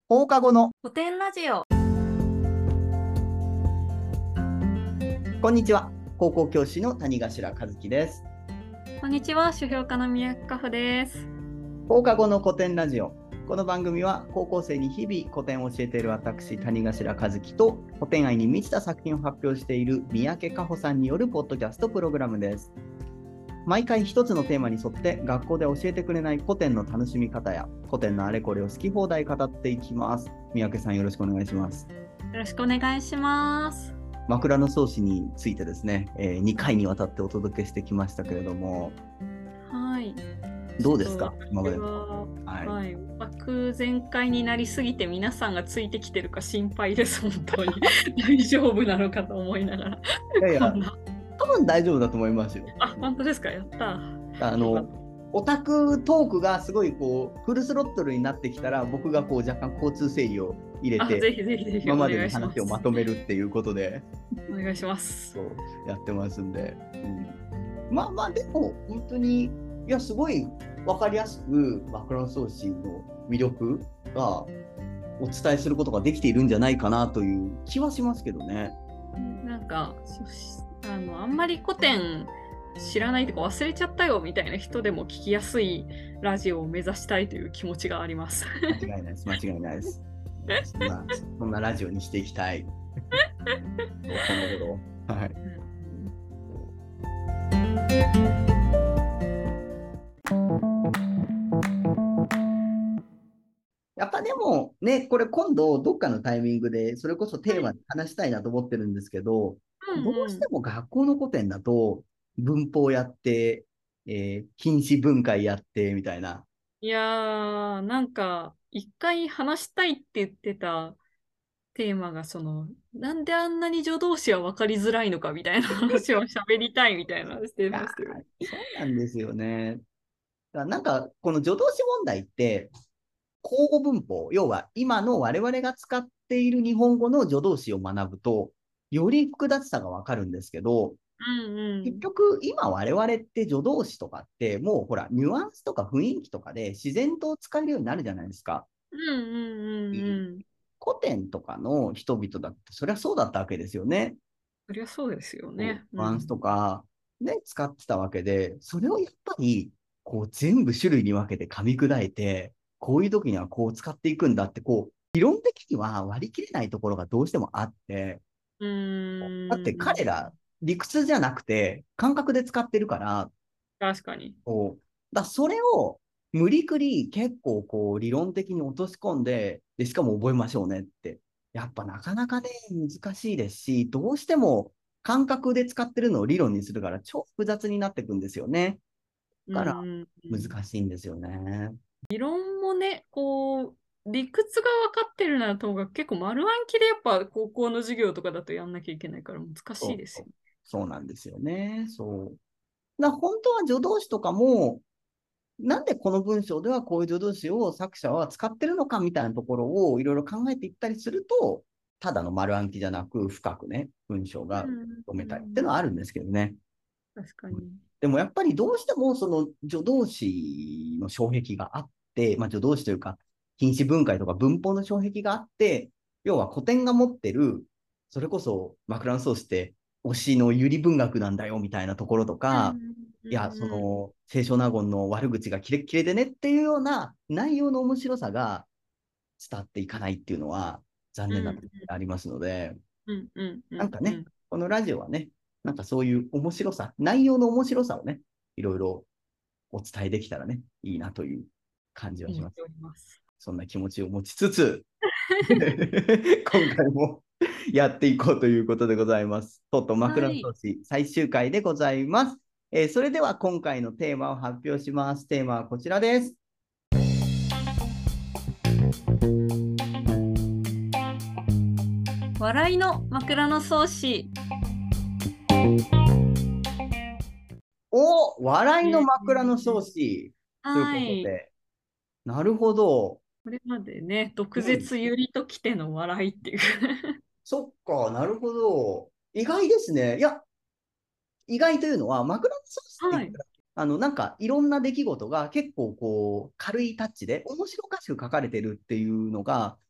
放課後の古典ラジオ。 こんにちは。高校教師の谷頭和樹です。 こんにちは、書評家の宮城加穂です。 放課後の古典ラジオ。この番組は高校生に日々古典を教えている私、谷頭和樹と古典愛に満ちた作品を発表している三宅加穂さんによるポッドキャストプログラムです。毎回一つのテーマに沿って学校で教えてくれない古典の楽しみ方や古典のあれこれを好き放題語っていきます。三宅さんよろしくお願いします。 よろしくお願いします。 枕草子についてですね、2回にわたってお届けしてきましたけれども、 はい。 どうですか今まで。 はい。枠全開になりすぎて皆さんがついてきてるか心配です、本当に。大丈夫なのかと思いながら。 いやいや、 こんな。 多分大丈夫だと思いますよ。 本当ですか？やった。 オタクトークがすごいこうフルスロットルになってきたら、僕がこう若干交通整理を入れて、 ぜひぜひぜひ今までのお願いします。 話をまとめるっていうことで、 お願いします。 そうやってますんで、まあでも本当にいやすごい分かりやすく枕草子の魅力がお伝えすることができているんじゃないかなという気はしますけどね。 なんかあんまり古典知らないとか忘れちゃったよみたいな人でも聞きやすいラジオを目指したいという気持ちがあります。 間違いないです、間違いないです。そんなラジオにしていきたい。この頃。はい。やっぱでもね、これ今度どっかのタイミングでそれこそテーマで話したいなと思ってるんですけど、どうしても学校の古典だと文法やって、品詞分解やってみたいな。 いやー、なんか一回話したいって言ってたテーマがなんであんなに助動詞は分かりづらいのかみたいな話を喋りたいみたいなしていやましたよね。 そうなんですよね。だからなんかこの助動詞問題って口語文法、要は今の我々が使っている日本語の助動詞を学ぶと、より複雑さがわかるんですけど、 うんう結ん。 局今我々って助動詞とかってもうほらニュアンスとか雰囲気とかで自然と使えるようになるじゃないですか。 うんうんうんうん。 古典とかの人々だってそりゃそうだったわけですよね。 そりゃそうですよね。 ニュアンスとかね、使ってたわけで、それをやっぱりこう全部種類に分けて噛み砕いて、こういう時にはこう使っていくんだって、こう理論的には割り切れないところがどうしてもあって、 うだって彼ん。 ら理屈じゃなくて感覚で使ってるから、 確かに。 こうそれを無理くり結構こう理論的に落とし込んで、しかも覚えましょうねって、やっぱなかなかね、難しいですし、どうしても感覚で使ってるのを理論にするから超複雑になっていくんですよね。だからうんうん。 難しいんですよね。 理論もね、理屈が分かってるならともかく結構丸暗記でやっぱ高校の授業とかだとやんなきゃいけないから難しいですよ。 そうなんですよね。そう。本当は助動詞とかも、なんでこの文章ではこういう助動詞を作者は使ってるのかみたいなところをいろいろ考えていったりすると、ただの丸暗記じゃなく深くね、文章がうん読めたりっていうのうん。 はあるんですけどね。 確かに。 でもやっぱりどうしてもその助動詞の障壁があって、助動詞というか品詞分解とか文法の障壁があって、要は古典が持ってる、それこそ枕草子って推しの有利文学なんだよみたいなところとか、 うんういや、 んうん。 清少納言の悪口がキレッキレでねっていうような内容の面白さが伝わっていかないっていうのは残念なところがありますので、 うんうんうなんかね、 んうん。 このラジオはね、なんかそういう面白さ、内容の面白さをね、いろいろお伝えできたらね、いいなという感じはします。 思っております。 そんな気持ちを持ちつつ、今回もやっていこうということでございます。とうとう枕草はい。 子最終回でございます。それでは今回のテーマを発表します。テーマはこちらです。 笑いの枕草子。 笑いの枕草ー子というはい。 ことで、なるほど。 これまでね、毒うん。 舌ゆりときての笑いっていう。 そっか、なるほど。意外ですね。いや、意外というのは、枕草子って言はい。 ったら、なんかいろんな出来事が結構こう、軽いタッチで面白おかしく書かれてるっていうのが、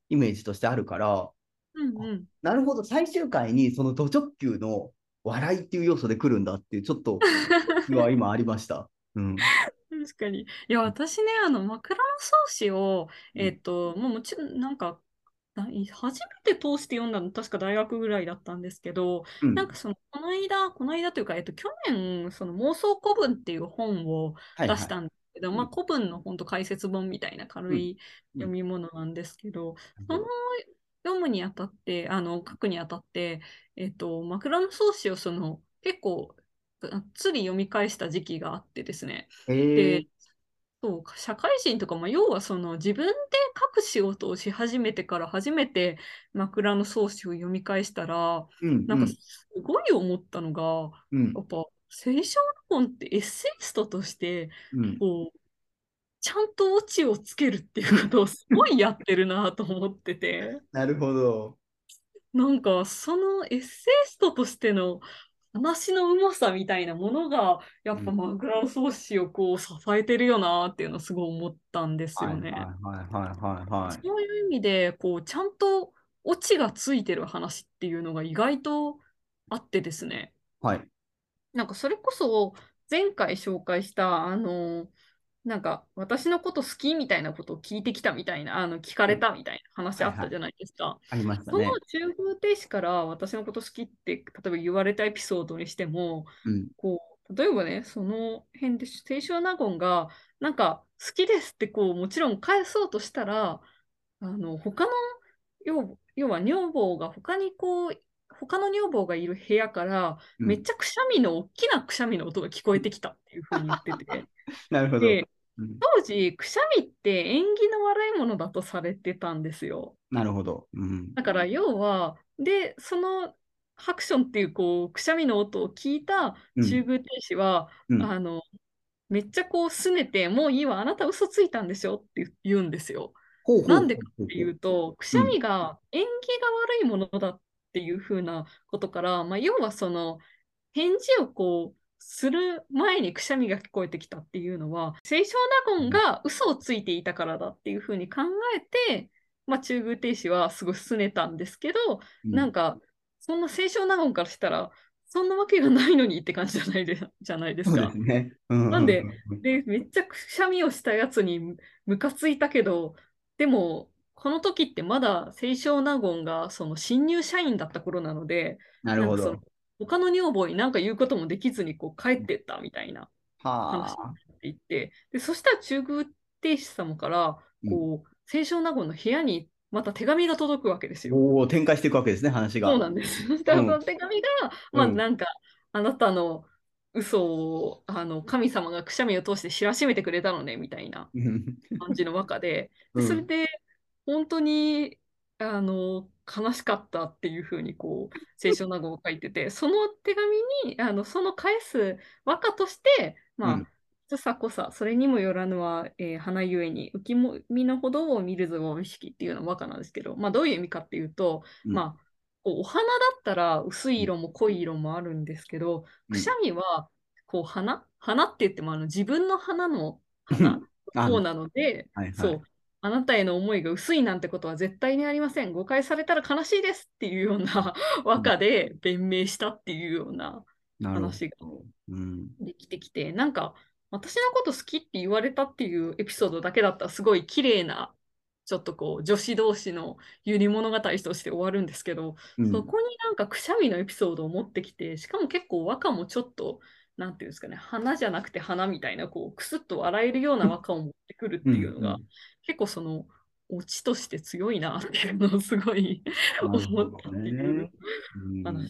イメージとしてあるから、 うんうん。 なるほど、最終回にそのド直球の笑いっていう要素で来るんだっていう、ちょっと、は今ありました。うん。 確かに。いや、私ね、枕草子を、 うん。 もうもちろん、初めて通して読んだの、確か大学ぐらいだったんですけど、 うん。 なんかこの間というか、去年、その妄想古文っていう本をはいはい。 出したんですけど、 うん。 古文の本当解説本みたいなうん。 軽いうん。 読み物なんですけど、そのなるほど。 読むにあたって、書くにあたって、枕草子を結構、がっつり読み返した時期があってですね。で、 ええ。 そうか、社会人とか、要は自分で書く仕事をし始めてから初めて枕草子を読み返したら、なんかすうんうんごい思ったのが、 うんやっぱ清少納言ってエッセイストとして、 うん。 こう、ちゃんとオチをつけるっていうことをすごいやってるなと思ってて、 なるほど。 なんかそのエッセイストとしての話のうまさみたいなものが、やっぱうん。 枕草子を支えてるよなっていうのをすごい思ったんですはいはいよね。 はいはいはいはい。 そういう意味で、ちゃんとオチがついてる話っていうのが意外とあってですね。 はい。 なんかそれこそ、前回紹介した、なんか私のこと好きみたいなことを聞いてきたみたいな、聞かうん。 れたみたいな話はいはい。 あったじゃないですか。 ありましたそのね。 中宮停止から私のこと好きって、例えば言われたエピソードにしても、 うん。 例えばね、その辺で清少納言が、なんか好きですってもちろん返そうとしたら、他の要は女房が他の女房がいる部屋からうん。 めっちゃ大きなくしゃみの音が聞こえてきたっていうふうに言ってて、 なるほど。 で、 うん。 当時、くしゃみって縁起の悪いものだとされてたんですよ。 なるほど。うん。 だから要は、で、そのハクションっていうくしゃみの音を聞いたうん。 中宮亭主は、 うん。 めっちゃ拗ねて、もういいわ、あなた嘘ついたんでしょって言うんですよ。 ほうほうほなんでかっていうほうほう。 うと、くしゃうん。 みが縁起が悪いものだっていう風なことから、要は返事をする前にくしゃみが聞こえてきたっていうのは、清少納言が嘘をついていたからだっていう風に考えて、中宮亭主はすごい拗ねたんですけど、 うん。 なんか、そんな清少納言からしたら、そんなわけがないのにって感じじゃないですそうですか。 ね。うんうんなんで、 うんうん。 めっちゃくしゃみをしたやつにムカついたけど、でも、この時ってまだ清少納言がその新入社員だった頃なので、 なるなんかほど。 他の女房に何か言うこともできずに帰ってったみたいな話にはあ。 なっていて、で、そしたら中宮亭主様から、 うん。 清少納言の部屋にまた手紙が届くわけですよ。 おお、展開していくわけですね、話が。 そうなんです。そしたらそうん。 の手紙が、 うん。 なんか、あなたの嘘を、神様がくしゃみを通して知らしめてくれたのね、みたいなうん。 感じの和歌で、で、それうん。 で、本当に、悲しかったっていうふうに、清少納言が書いてて、その手紙に、その返す和歌として、 うん。 つさこさ、それにもよらぬは、花ゆえに、浮きもみのほどを見るぞを意識っていうのは和歌なんですけど、どういう意味かっていうと、 うん。 お花だったら薄い色も濃い色もあるんですけど、くしゃうん。 みは、花って言っても自分の花の花あ、 方なので、 はいはい。 そう、あなたへの思いが薄いなんてことは絶対にありません。誤解されたら悲しいですっていうような和うん。 歌で弁明したっていうようななるほ話がど。うん。 できてきて、なんか私のこと好きって言われたっていうエピソードだけだったらすごい綺麗な、ちょっと女子同士の有利物語として終わるんですけど、 うん。 そこになんかくしゃみのエピソードを持ってきて、しかも結構和歌もちょっと、なんていうんですかね、花じゃなくて花みたいな、くすっと笑えるような和歌を持ってくるっうん。 ていうのが、 うん。 結構オチとして強いなっていうのをすごいなるほど思ったっていうね。うん。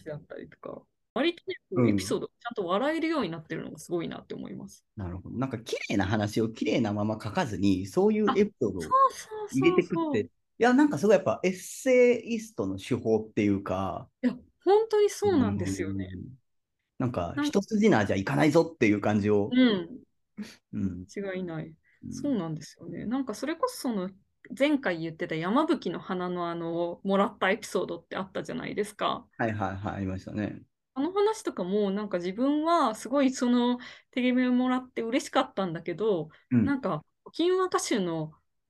話だったりとか、割とね、 うん。 エピソードちゃんと笑えるようになってるのがすごいなって思います。 なるほど。なんか綺麗な話を綺麗なまま書かずに、そういうあ、 エピソードそをうそう入れそうそう。 てくって、いや、なんかすごいやっぱエッセイストの手法っていうか、 いや、本当にうそうなんですよね。 ん、なんかなんか、 一筋縄じゃいかないぞっていう感じを、 うん、 うん、 間違いない。 うん、 そうなんですよね。なんか、それこそ前回言ってた山吹の花のもらったエピソードってあったじゃないですか。 はいはいはい、ありましたね。 あの話とかも、なんか自分はすごいその手紙をもらって嬉しかったんだけど、 うん、 なんか、金和歌集の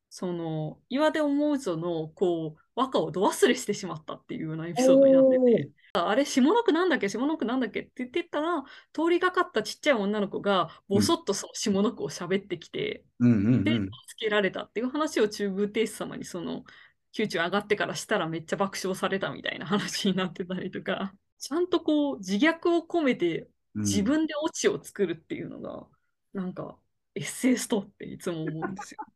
その岩で思うぞのこう和歌をど忘れしてしまったっていうようなエピソードになっておー。 て、あれ下の句なんだっけ下の句なんだっけって言ってたら、通りがかったちっちゃい女の子がうん。 ボソッとその下の句を喋ってきて、 うんうんで、 うん。 助けられたっていう話を中宮廷主様にその宮中上がってからしたらめっちゃ爆笑されたみたいな話になってたりとか、ちゃんとこう自虐を込めて自うん。 分でオチを作るっていうのが、なんかエッセイストっていつも思うんですよ。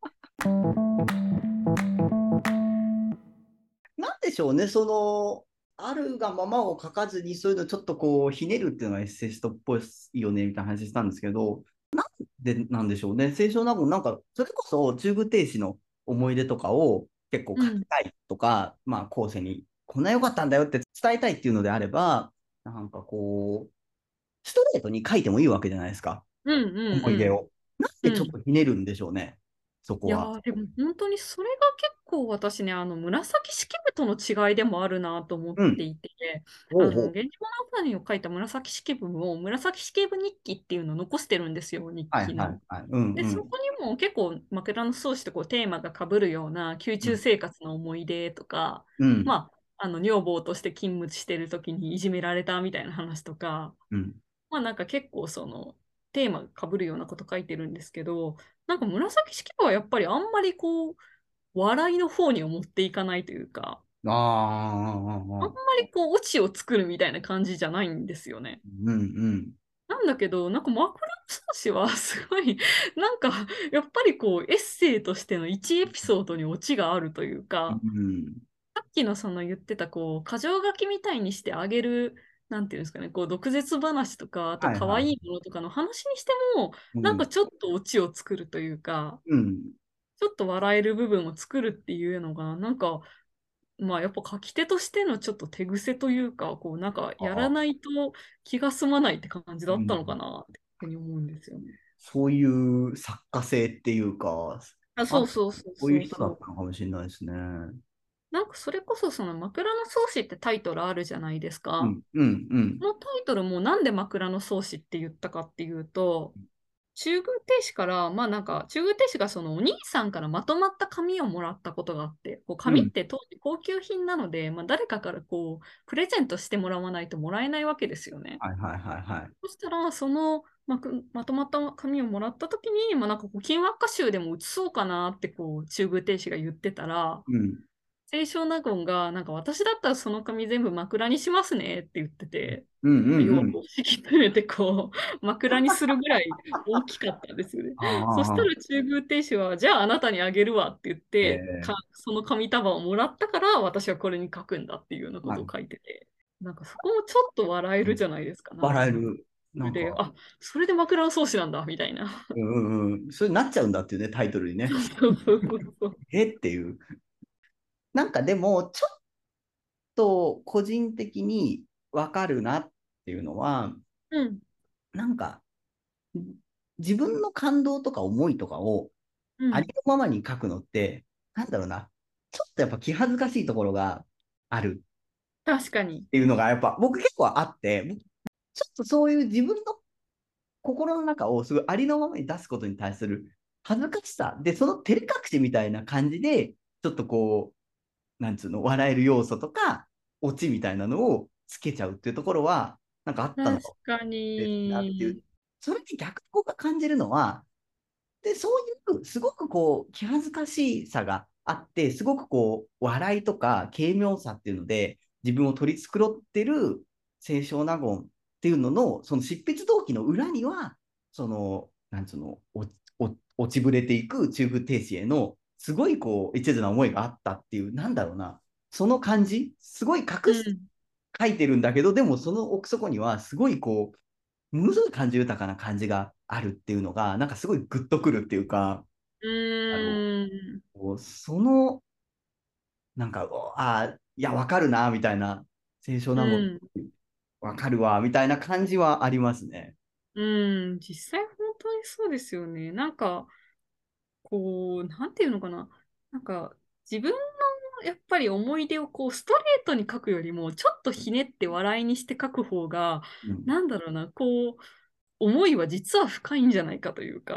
なんでしょうね、その、あるがままを書かずに、そういうのちょっとこう、ひねるっていうのがエッセイストっぽいよね、みたいな話したんですけど、で、なんでしょうね、清少納言、なんか、それこそ中宮廷士の思い出とかを結構うん。 書きたいとか、まあ、後世に、こんな良かったんだよって伝えたいっていうのであれば、なんかこう、ストレートに書いてもいいわけじゃないですか、 うんうん思い出を。なんでちょっうん。 とひねるんでしょうね、そこは。 いやー、でも本当にそれが結構私ね、紫式部との違いでもあるなと思っうん。 ていて、 ほうほう。 源氏物語を書いた紫式部も紫式部日記っていうのを残してるんですよ、日はい記の。 はいはい。うんで、 うん。 そこにも結構枕草子とこうテーマが被るような宮中うん生活の思い出とか、 うん。 まあ、女房として勤務してる時にいじめられたみたいな話とか、 うん。 まあなんか結構そのテーマが被るようなこと書いてるんですけど、なんか紫式部はやっぱりあんまりこう、笑いの方には持っていかないというか、 ああんまあ、 りこう、オチを作るみたいな感じじゃないんですよね。 うんうん。 なんだけど、なんか枕草子はすごい、なんか、やっぱりこう、エッセイとしての一エピソードにオチがあるといううか、 ん。 さっきのその言ってた、こう、箇条書きみたいにしてあげる、なんていうんですかね、こう、毒舌話とか、あと可はいはい。 愛いものとかの話にしても、 うん。 なんかちょっとオチを作るというか、 うん。 ちょっと笑える部分を作るっていうのが、なんか、まあやっぱ書き手としてのちょっと手癖というか、こうなんかやらああ、 ないと気が済まないって感じだったのかうん。 なっていうふうに思うんですよね。 そういう作家性っていうか、 あ、 あ、 そうそうそうこういうそうそう。 人だったのかもしれないですね。 なんかそれこそその枕草子ってタイトルあるじゃないですか。 うん、うん、うん。 このタイトルもなんで枕草子って言ったかっていうと、中宮廷士から、まあなんか、中宮廷士がそのお兄さんからまとまった紙をもらったことがあって、こううん。 紙って当時高級品なので、まあ、誰かからこう、プレゼントしてもらわないともらえないわけですよね。 はいはいはいはい。 そしたら、そのまとまった紙をもらったときに、まあ、なんかこう、金輪歌集でも写そうかなって、こう、中宮廷士が言ってたら、 うん。 清少納言が、なんか私だったらその紙全部枕にしますねって言ってて、 うん、うん、うん。 要はこう、敷き詰めてこう、枕にするぐらい大きかったんですよね。 ああ、 そしたら中宮廷士は、じゃああなたにあげるわって言って、 ええ、 その紙束をもらったから、私はこれに書くんだっていうようなこまあ、 とを書いてて、なんかそこもちょっと笑えるじゃないですか。なんかその、 笑える。なんで、 か、 あ、それで枕草子なんだ、みたいな。 うんうんうん。それになっちゃうんだっていうね、タイトルにね。 そうそうそうそう。 えっていう。なんかでも、ちょっと個人的にわかるなっていうのは、 うん、 なんか、自分の感動とか思いとかをうん。 ありのままに書くのって、なんだろうな、ちょっとやっぱ気恥ずかしいところがある確かに。 っていうのがやっぱ僕結構あって、ちょっとそういう自分の心の中をすごいありのままに出すことに対する恥ずかしさで、その照れ隠しみたいな感じで、ちょっとこう、なんつうの、笑える要素とか、オチみたいなのをつけちゃうっていうところは、なんかあったの確かもかですなっていう。 に。 それって逆に僕が感じるのは、で、そういう、すごくこう、気恥ずかしさがあって、すごくこう、笑いとか軽妙さっていうので、自分を取り繕ってる清少納言っていうのの、その執筆動機の裏には、その、なんつうの、落ちぶれていく中宮廷士への、すごいこう、一途な思いがあったっていう、なんだろうな、その感じ、すごい隠してうん。 書いてるんだけど、でもその奥底には、すごいこう、ものすごい感じ豊かな感じがあるっていうのが、なんかすごいグッとくるっていうか、 うあの、 ーん。 こうその、なんか、いや、わかるな、みたいな、清少う納ん。 言、わかるわ、みたいな感じはありますね。 うん。実際本当にそうですよね。なんか、こう、なんていうのかな。なんか、自分のやっぱり思い出をこうストレートに書くよりも、ちょっとひねって笑いにして書く方が、 うん。 なんだろうな、こう、思いは実は深いんじゃないかというか。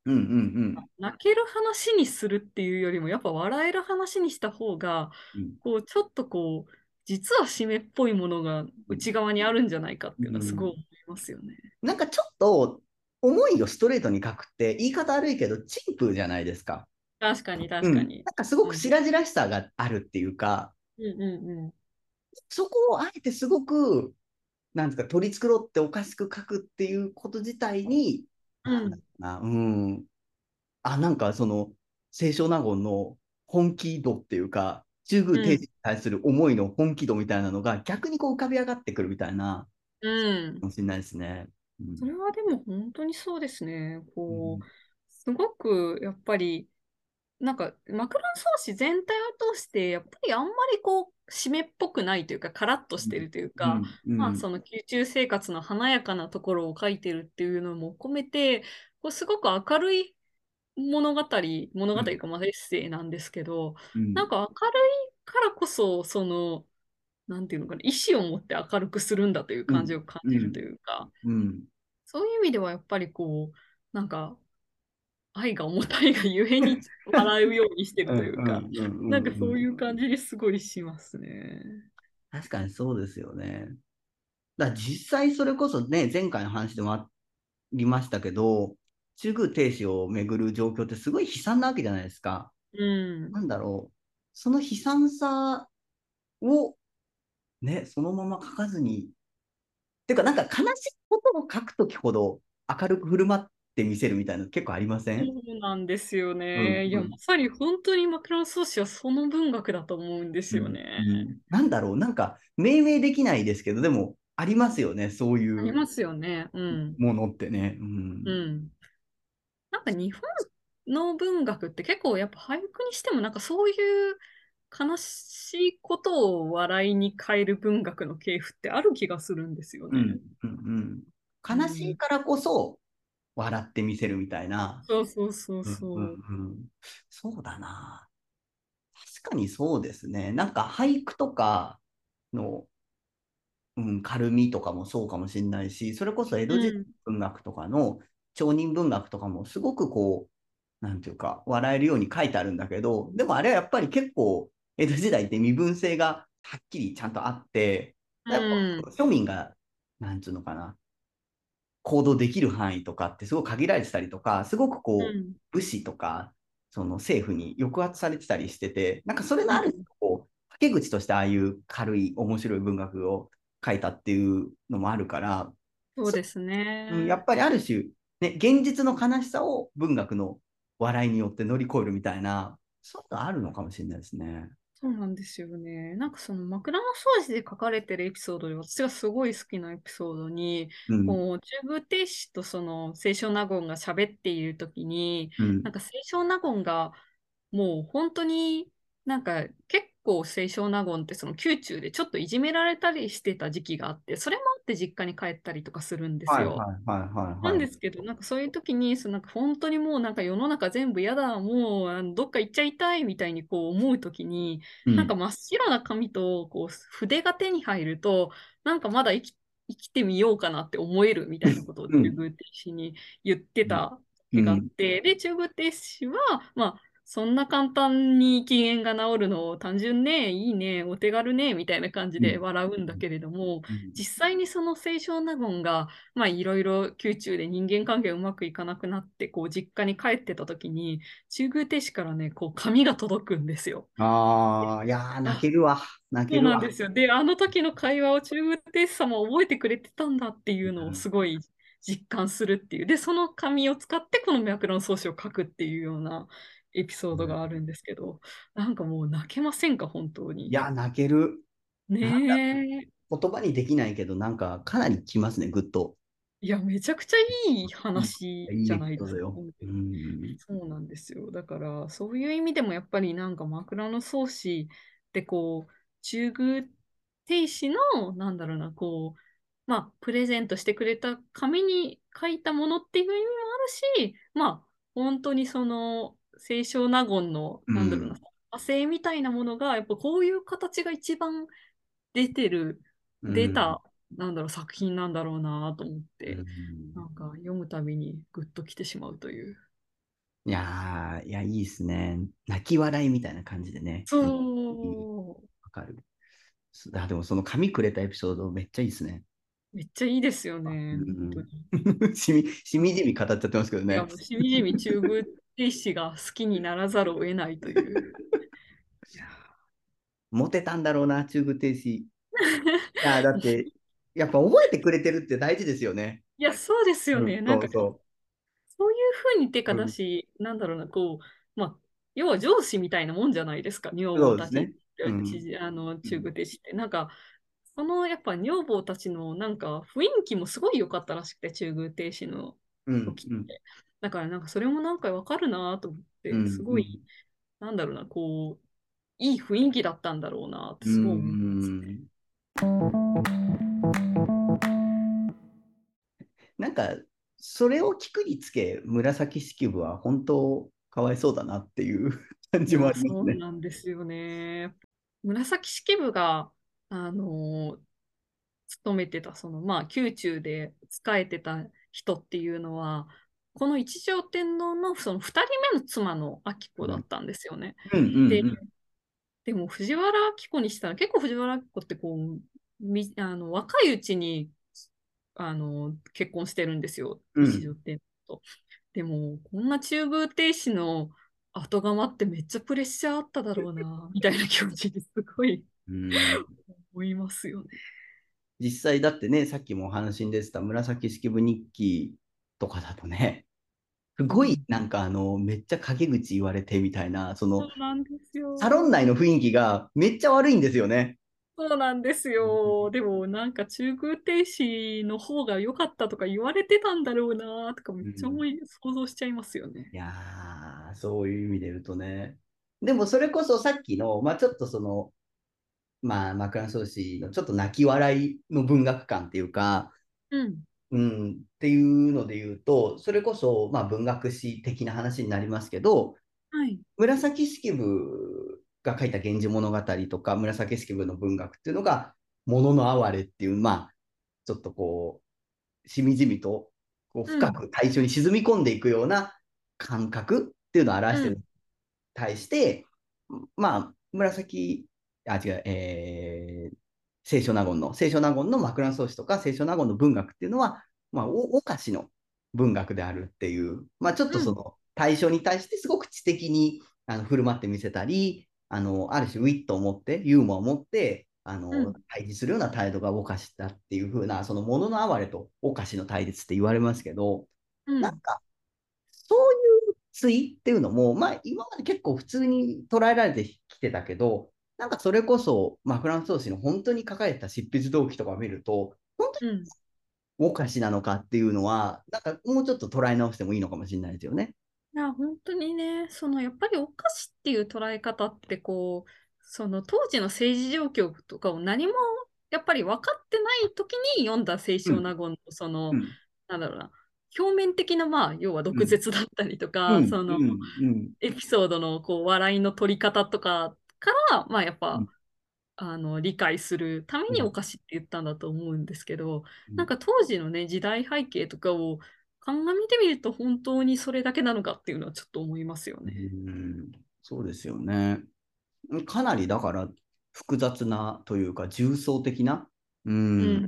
うんうん泣ける話にするっていうよりも、やっぱ笑える話にした方が、 うん。 こう、ちょっとこう、実は締めっぽいものが内側にあるんじゃないかっうていうのはすごいん。 思いますよね。 なんかちょっと思いをストレートに書くって言い方悪いけど、陳腐じゃないですか。 確かに、 うん。 確かに。 なんかすごうん。 く白々しさがあるっていうか、 うんうんそこをあえてすごく、なんですか、取り繕っておかしく書くっていうこと自体に、 うん。 なんだろうな、うん。なんかその、清少納言の本気度っていうか、中宮うん。 廷に対する思いの本気度みたいなのが逆にこう浮かび上がってくるみたいな、 うん。 かもしれないですね。うん。 それはでも本当にそうですね。こう、 うん。 すごくやっぱり、なんか、マクロン草子全体を通して、やっぱりあんまりこう、湿っぽくないというか、カラッとしてるというか、 うん。うまあ、 ん。 その宮中生活の華やかなところを書いてるっていうのも込めて、こうすごく明るい物語というか、まあ、エッセイなんですけど、 うん。 なんか明るいからこそ、その、なんていうのかな、意志を持って明るくするんだといううん。 感じを感じるとうん。 いうか、 うん。 そういう意味ではやっぱりこう、なんか、愛が重たいがゆえに笑うようにしてるというか、なんかそういう感じですごいしますね。 確かにそうですよね。だから実際それこそね、前回の話でもありましたけど、中宮停止をめぐる状況ってすごい悲惨なわけじゃないですか。 うん。 なんだろう。その悲惨さをね、そのまま書かずに、てかなんか悲しいことを書くときほど明るく振る舞ってみせるみたいなの結構ありません？ そうなんですよね。いや、まうんうん。 さに本当に枕草子はその文学だと思うんですうんよね。 うん。なんだろう。なんか命名できないですけど、でもありますよね。そういうありますよね。うん。 ものってね。うん。 うん。なんか日本の文学って結構やっぱ俳句にしてもなんかそういう悲しいことを笑いに変える文学の系譜ってある気がするんですよね。 うん。うん。うん。悲しいうん。 からこそ笑ってみせるみたいな。 そうそうそううんうそう。 んうん。そうだな。確かにそうですね。なんか俳句とかの、うん、軽みとかもそうかもしれないし、それこそ江戸時代うん。 文学とかの町人文学とかもすごくこう、なんていうか、笑えるように書いてあるんだけど、でもあれはやっぱり結構、江戸時代って身分制がはっきりちゃんとあって、 うやっぱん。 庶民が、なんつうのかな、行動できる範囲とかってすごく限られてたりとか、すごくこう、 うん。 武士とか、その政府に抑圧されてたりしてて、なんかそれのある、 うん。 こう、はけ口としてああいう軽い面白い文学を書いたっていうのもあるから、そそうですうんやね。 っぱりある種、ね、現実の悲しさを文学の笑いによって乗り越えるみたいな、そういうのあるのかもしれないですね。 そうなんですよね。なんかその枕草子で書かれてるエピソードで私がすごい好きなエピソードに、 うん、 こう、中宮廷士とその清少納言が喋っているときに、 うん、 なんか清少納言がもう本当になんか結構清少納言ってその宮中でちょっといじめられたりしてた時期があって、それもあって実家に帰ったりとかするんですはいはいよ。 はいはいはい。 なんですけど、なんかそういう時に、なんか本当にもうなんか世の中全部嫌だ、もうどっか行っちゃいたいみたいにこう思う時に、 うん、 なんか真っ白な紙とこう筆が手に入ると、なんかまだ生きてみようかなって思えるみたいなことをうん、 中宮廷士に言ってた時があっうん、 て、で、中宮廷士は、まあ、そんな簡単に機嫌が治るの単純ね、いいね、お手軽ね、みたいな感じうん、 で笑うんだけれども、 うん、 実際にその清少納言がまあいろいろ宮中で人間関係うまくいかなくなって、こう実家に帰ってた時に、中宮廷士からね、こう紙が届くんですよ。 ああ、いやー、泣あ、 けるわ。泣けそうるわ。 なんですよ。で、あの時の会話を中宮廷士様覚えてくれてたんだっていうのをすごい実感するっていう。で、その紙を使ってこの脈論草子を書くっていうようなエピソードがあるんですけど、なんかもう泣けませんか、本当に。 いや、泣ける。 ねなんだ、 え。 言葉にできないけど、なんか、かなりきますね、ぐっと。 いや、めちゃくちゃいいい話い、いいエピじゃないですか、 ソードよ。う本当に。 ん。 そうなんですよ。だから、そういう意味でもやっぱりなんか枕草子ってこう、中宮廷士の、なんだろうな、こう、まあ、プレゼントしてくれた紙に書いたものっていう意味もあるし、まあ、本当にその、清少納言の、 うなんだろうな、 ん。 派生みたいなものが、やっぱこういう形が一番出てる、 うん。 出た、なんだろう、作品なんだろうなと思っうて、 ん。 なんか読むたびにグッときてしまうという。 いやー、いや、いいですね。泣き笑いみたいな感じでね。 そいいう。 わかる。でもその紙くれたエピソードめっちゃいいですね。 めっちゃいいですようね、本当ん。 に。 しみじみ語っちゃってますけどいや、 ね。 もうしみじみ中宮亭主が好きにならざるを得ないという。 いやモテたんだろうな、中部停止。いや、だって、やっぱ覚えてくれてるって大事ですよね。 いや、そうですようん、 ね。なんか、 そうそそういうふうにてかう。うん、 だし、なんだろうな、まあ、要は上司みたいなもんじゃないですか、女房たち、 そうですね。うん。 中うん。 宮亭主って。なんか、そのやっぱ女房たちのなんか雰囲気もすごい良かったらしくて、中宮亭主のうん。うん。 時って。だからなんかそれもなんかわかるなと思って、すうん。 ごい、なんだろうな、いい雰囲気だったんだろうなってうすごい思う。 ん。なんか、それを聞くにつけ、紫式部は本当かわいそうだなっていう感じもあいや、 りますね。 そうなんですよね。紫式部が、あの勤めてた、まあ、宮中で仕えてた人っていうのは、この一条天皇のその2人目の妻の彬子うん。 だったんですよね。 うん。うで、 ん。 でも藤原彬子にしたら、結構藤原彬子って若いうちに結婚してるんですよ、 うん。うん。 一条天皇と。でも、こんな中宮廷士の後釜ってめっちゃプレッシャーあっただろうな、みたいな気持ちですごいうん。 思いますよね。 実際だってね、さっきもお話に出てた紫式部日記とかだとね、すごいうん。 なんかめっちゃ陰口言われてみたいな、そのそうなんですサロン内よ。 の雰囲気がめっちゃ悪いんですよね。 そうなんですよ。でもなんか中宮廷士の方が良かったとか言われてたんだろうなとかめっちゃうん。 想像しちゃいますよね。 いやー、そういう意味で言うとね。でもそれこそさっきの、まあちょっとまあ枕草子のちょっと泣き笑いの文学観っていうか、 うん。 うん、っていうので言うと、それこそ、まあ文学史的な話になりますけど、 はい。 紫式部が書いた源氏物語とか、紫式部の文学っていうのが、ものの哀れっていう、まあ、ちょっとしみじみと、深うん。 く対象に沈み込んでいくような感覚っていうのを表しているうん。 に対して、まあ、違う、清少納言の枕草子とか清少納言の文学っていうのは、まあ、お菓子の文学であるっていう、まあ、ちょっとうん。 対象に対してすごく知的に振る舞ってみせたり、ある種ウィットを持って、ユーモアを持って、 うん。 対峙するような態度がお菓子だっていう風な、そのものの哀れとお菓子の対立って言われますけど、 うん。 なんか、そういう対っていうのも、まあ、今まで結構普通に捉えられてきてたけど、なんかそれこそ、まあ、フランス投資の本当に書かれた執筆動機とかを見ると、本当にうん。 おかしなのかっていうのは、なんかもうちょっと捉え直してもいいのかもしれないですよね。 いや、本当にね、やっぱりお菓子っていう捉え方ってその当時の政治状況とかを何もやっぱり分かってない時に読んだ清うん、 少納言のうん、 なんだろうな、表面的なまあ、要はうん、 毒舌だったりとか、 うん、うん、うん、 エピソードの笑いの取り方とかから、まあやっぱ、 うん、 理解するためうん、 にお菓子って言ったんだと思うんですけど、 うん、 なんか当時のね、時代背景とかを鑑みてみると本当にそれだけなのかっていうのはちょっと思いますようね。 ん、そうですよね。かなりだから複雑なというか重層的な、うん、 うん。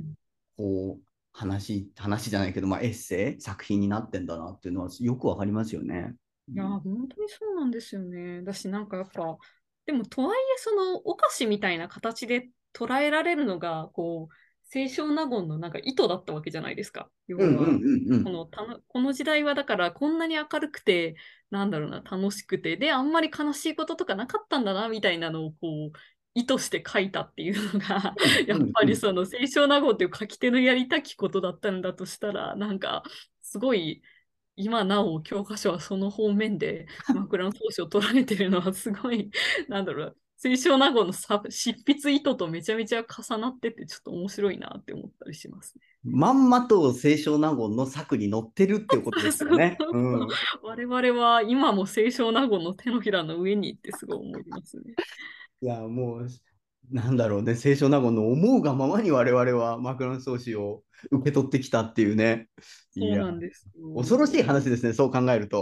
話じゃないけど、まあ、エッセイ、作品になってんだなっていうのはよくわかりますよね。ういや、 ん、 本当にそうなんですよね。だし、なんかやっぱ、でもとはいえ、お菓子みたいな形で捉えられるのが、清少納言のなんか意図だったわけじゃないですか。 うん、うん、 要は、 うん。 この時代はだからこんなに明るくて、なんだろうな、楽しくて、で、あんまり悲しいこととかなかったんだな、みたいなのを意図して書いたっていうのが、 うん、 やっうん、うん。 ぱり清少納言っていう書き手のやりたきことだったんだとしたら、なんか、すごい、今なお教科書はその方面で枕草子を捉えてるのはすごい、なんだろう、清少納言の執筆意図とめちゃめちゃ重なっててちょっと面白いなって思ったりしますね。 まんまと清少納言の作に載ってるっていうことですそうそうからね。うそう。 ん。 我々は今も清少納言の手のひらの上にってすごい思いますね。 いや、もう、なんだろうね、清少納言の思うがままに我々は枕草子を受け取ってきたっていうね。いや、 そうなんです恐ろしいよ。 話ですね、そう考えると。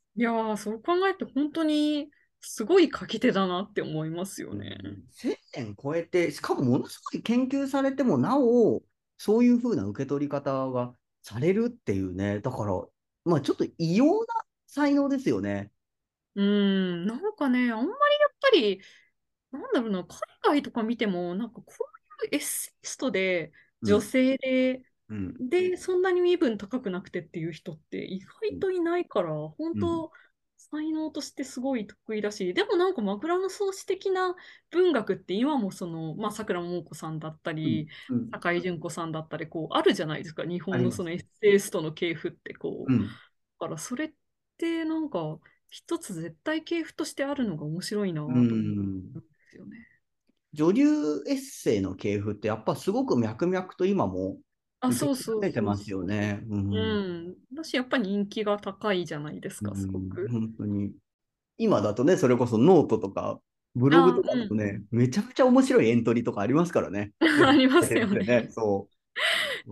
いやー、そう考えて本当にすごい書き手だなって思いますよね。 1000年超えて、しかもものすごい研究されてもなお、そういうふうな受け取り方がされるっていうね。だから、まあちょっと異様な才能ですよね。 なんかね、あんまりやっぱり、なんだろうな、海外とか見ても、なんかこういうエッセイストで、女うん、 性で、 うん、 そんなに身分高くなくてっていう人って意うん、 外といないから、本うん、 当、才能としてすごい得意だし、でもなんか枕草子的な文学って今もその、まあ、桜桃子さんだったうん、 り、 うん、 坂井純子さんだったり、こう、あるじゃないですか、日あります。 本のそのエッセイストの系譜ってこう。 うん、 だからそれってなんか、一つ絶対系譜としてあるのが面白いなうと思うんん。 ですよね。 女流エッセイの系譜ってやっぱすごく脈々と今もあ、 受けそう継がれてそうそうますよそう。 ね。うん、 だし、やっぱり人気が高いじゃないですうか、すごん、 く。 本当に。今だとね、それこそノートとか、ブログあ、 とかだとね、めちゃくちゃ面白いエントリーとかありますからね。 ありま出すよね。 てるんでね、そう。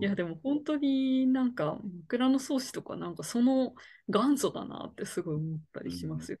いや、でも本当になんか、枕草子とかなんかその元祖だなってすごい思ったりしまうん、 すよ。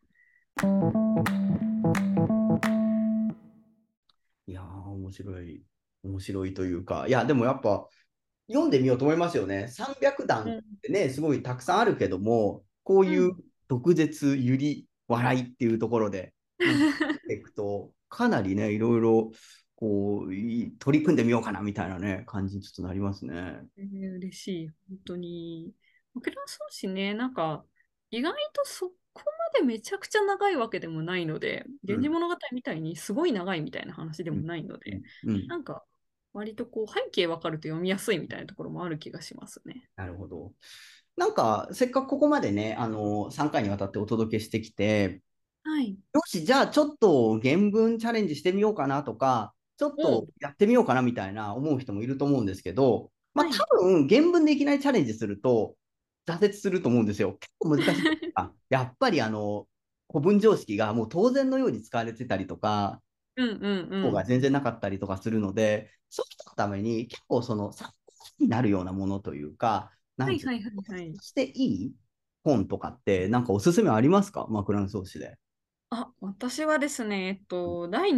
いやー、面白い。面白いというか、いや、でもやっぱ、読んでみようと思いますよね。300段っうん。 てね、すごいたくさんあるけども、こういううん。 毒舌、ゆり、笑いっていうところで、なんか、いくと、かなりね、いろいろ、こう、取り組んでみようかなみたいなね、感じにちょっとなりますね。 嬉しい。本当に。枕草子ね、なんか、意外とそこまでめちゃくちゃ長いわけでもないので、 うん、 源氏物語みたいにすごい長いみたいな話でうん、 もないので、 うん、うん。 なんか、割とこう背景わかると読みやすいみたいなところもある気がしますね。 なるほど。なんか、せっかくここまでね、3回にわたってお届けしてきて、 はい。 よし、じゃあちょっと原文チャレンジしてみようかなとか、ちょっとお、 やってみようかなみたいな思う人もいると思うんですけど、まあはい。 多分原文でいきなりチャレンジすると挫折すると思うんですよ。結構難しい。やっぱり古文常識がもう当然のように使われてたりとか、 うんうんうん。 方が全然なかったりとかするので、そういう人のために結構その参考になるようなものというか、なんつうはいはいはいはい。 していい本とかってなんかおすすめありますか、枕草子で。 あ、私はですね、第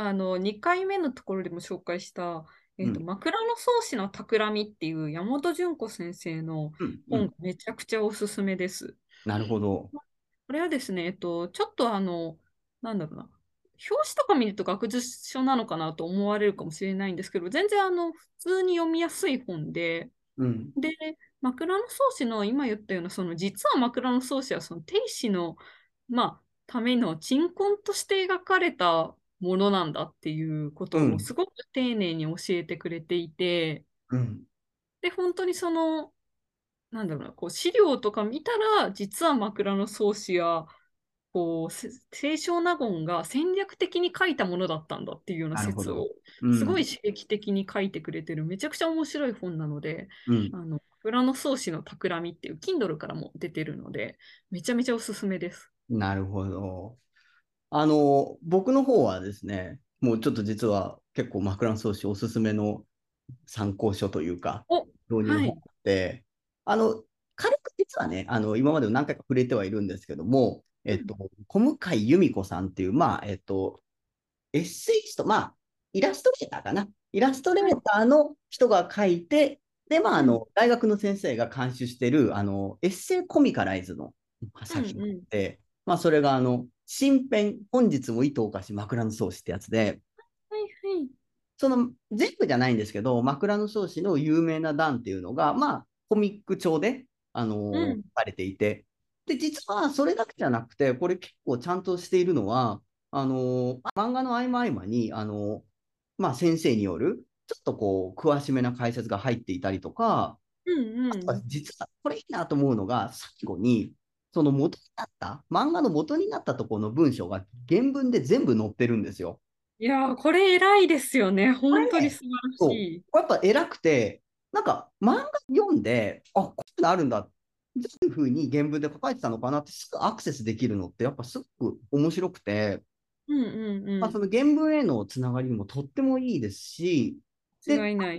2、2回目のところでも紹介した、 うん、 枕草子の企みっていう山本純子先生のうん、うん。 本がめちゃくちゃおすすめです。 なるほど。 これはですね、ちょっとなんだろうな、表紙とか見ると学術書なのかなと思われるかもしれないんですけど、全然普通に読みやすい本うん、 で、枕草子の今言ったような、その実は枕草子はその定子の、まあ、ための鎮魂として描かれたものなんだっていうことをうん、 すごく丁寧に教えてくれていて、 うん。 で、本当にその、なんだろうな、こう資料とか見たら、実は枕草子や、こう、清少納言が戦略的に書いたものだったんだっていうようななるほど。 説を、 うん、 すごい刺激的に書いてくれてる、めちゃくちゃ面白い本なので、 うん。 枕草子の企みっていう Kindle からも出てるので、めちゃめちゃおすすめです。 なるほど。僕の方はですね、もうちょっと実は結構枕草子おすすめの参考書というか、 お、 導入の本はい。 で、あの、軽く実はね、今までも何回か触れてはいるんですけども、 うん、 小向井由美子さんっていう、まあ、エッセイスト、まあ、イラストレーターかな。イラストレはい。 ーターの人が書いて、で、まあ、 うん、 大学の先生が監修してる、エッセイコミカライズのうん、 作品うん。 で、まあ、それが、新編、本日も糸をかし枕草子ってやつで、 はい、はい。 その全部じゃないんですけど、枕草子の有名な段っていうのが、まあ、コミック調で、 うん、 書かれていて、で、実はそれだけじゃなくて、これ結構ちゃんとしているのは、漫画の合間合間に、まあ、先生による、ちょっとこう、詳しめな解説が入っていたりとか、 うん、 あとはうん。 実はこれいいなと思うのが、最後に、その元になった、漫画の元になったところの文章が原文で全部載ってるんですよ。 いやー、これ偉いですよね。 これね、 本当に素晴らしそう、 い。 これやっぱ偉くて、なんか漫画読んで、あ、こういうのあるんだ、どういうふうに原文で書かれてたのかなってすぐアクセスできるのって、やっぱすごく面白くて、 うん、うん、 まあ、 うん。 その原文へのつながりもとってもいいですし、で、 違いない。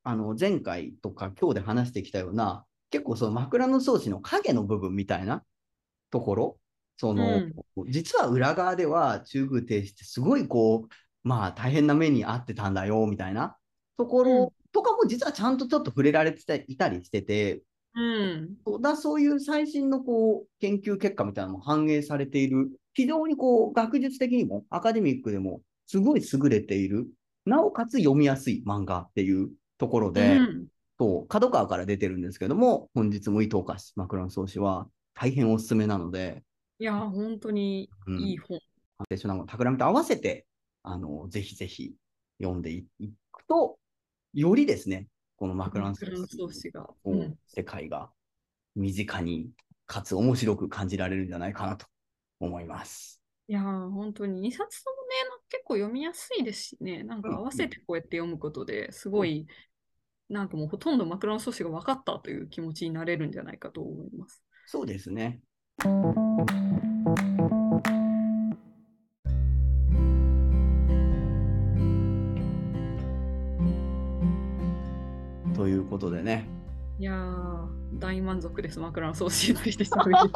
そう、なおかつ、それこそ、前回とか今日で話してきたような、 結構その枕草子の影の部分みたいなところ、実は裏側では中宮帝師ってすごいまあ大変な目に遭ってたんだよみたいなところとかも実はちゃんとちょっと触れられていたりしてて、そういう最新の研究結果みたいなのも反映されている、非常に学術的にもアカデミックでもすごい優れている、なおかつ読みやすい漫画っていうところで、角川から出てるんですけども、本日も伊藤菓子枕草子は大変おすすめなので、 いや、本当にいい本。 企みと合わせて、ぜひぜひ読んでいくと、よりですね、この枕草子が、世界が身近にかつ面白く感じられるんじゃないかなと思います。 いやー、本当に2冊ともね、結構読みやすいですしね、なんか合わせてこうやって読むことですごい、なんかもうほとんど枕草子が分かったという気持ちになれるんじゃないかと思います。 そうですね。ということでね。 いやー、大満足です、枕草子について喋る。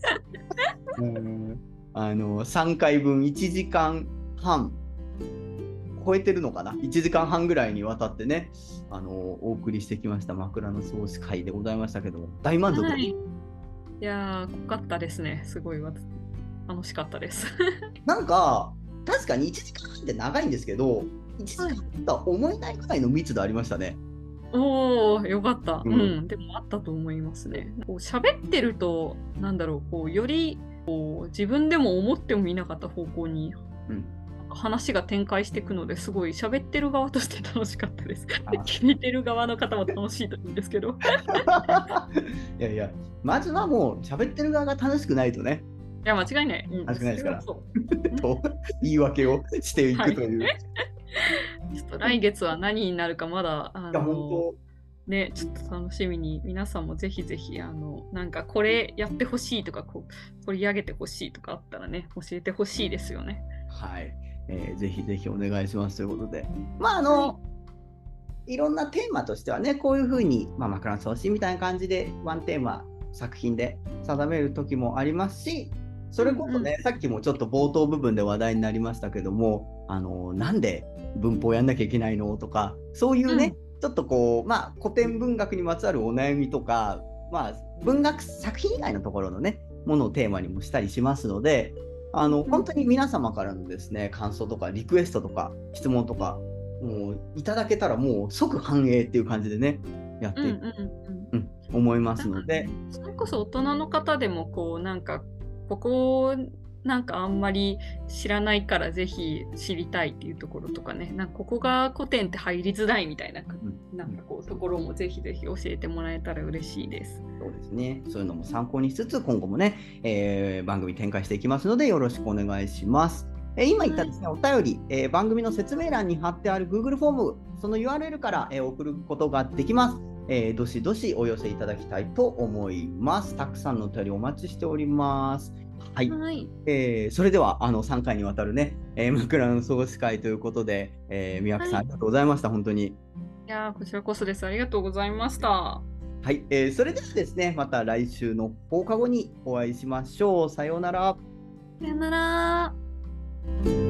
3回分1時間半超えてるのかな、1時間半ぐらいにわたってね、お送りしてきました枕草子会でございましたけども、大満足です。 いやー、濃かったですね。すごい楽しかったです。 なんか確かに1時間半って長いんですけど、1時間とは思えないくらいの密度ありましたね。 おー、よかった。でもあったと思いますね。喋ってると、なんだろう、より自分でも思ってもみなかった方向に、話が展開していくのですごい喋ってる側として楽しかったです。聞いてる側の方も楽しいといいんですけど。 いやいや、まずはもう喋ってる側が楽しくないとね。 いや、間違いない。 間違いないですから。と言い訳をしていくという。 ちょっと来月は何になるかまだね、ちょっと楽しみに、皆さんもぜひぜひなんかこれやってほしいとか取り上げてほしいとかあったらね、教えてほしいですよね。 はい、ぜひぜひお願いしますということで、まあいろんなテーマとしてはね、こういうふうに、枕草子みたいな感じでワンテーマ作品で定める時もありますし、それこそね、さっきもちょっと冒頭部分で話題になりましたけども、なんで文法やんなきゃいけないのとか、そういうね、ちょっと古典文学にまつわるお悩みとか、文学作品以外のところのね、ものをテーマにもしたりしますので、本当に皆様からのですね、感想とかリクエストとか質問とかもういただけたらもう即反映っていう感じでね、やっていく思いますので、 それこそ大人の方でもなんかここなんかあんまり知らないからぜひ知りたいっていうところとかね、なんかここが古典って入りづらいみたいな、なんかところもぜひぜひ教えてもらえたら嬉しいです。 そうですね。そういうのも参考にしつつ今後もね、番組展開していきますのでよろしくお願いします。今言ったですね、お便り、番組の説明欄に貼ってある Google フォーム、その URL から、送ることができます。どしどしお寄せいただきたいと思います。たくさんのお便りお待ちしております。はい。それでは3回にわたるね、枕草子会ということで、三宅さん、ありがとうございました。本当に。 いやこちらこそです。ありがとうございました。 はい、それではですね、また来週の放課後にお会いしましょう。さようなら。 さようなら。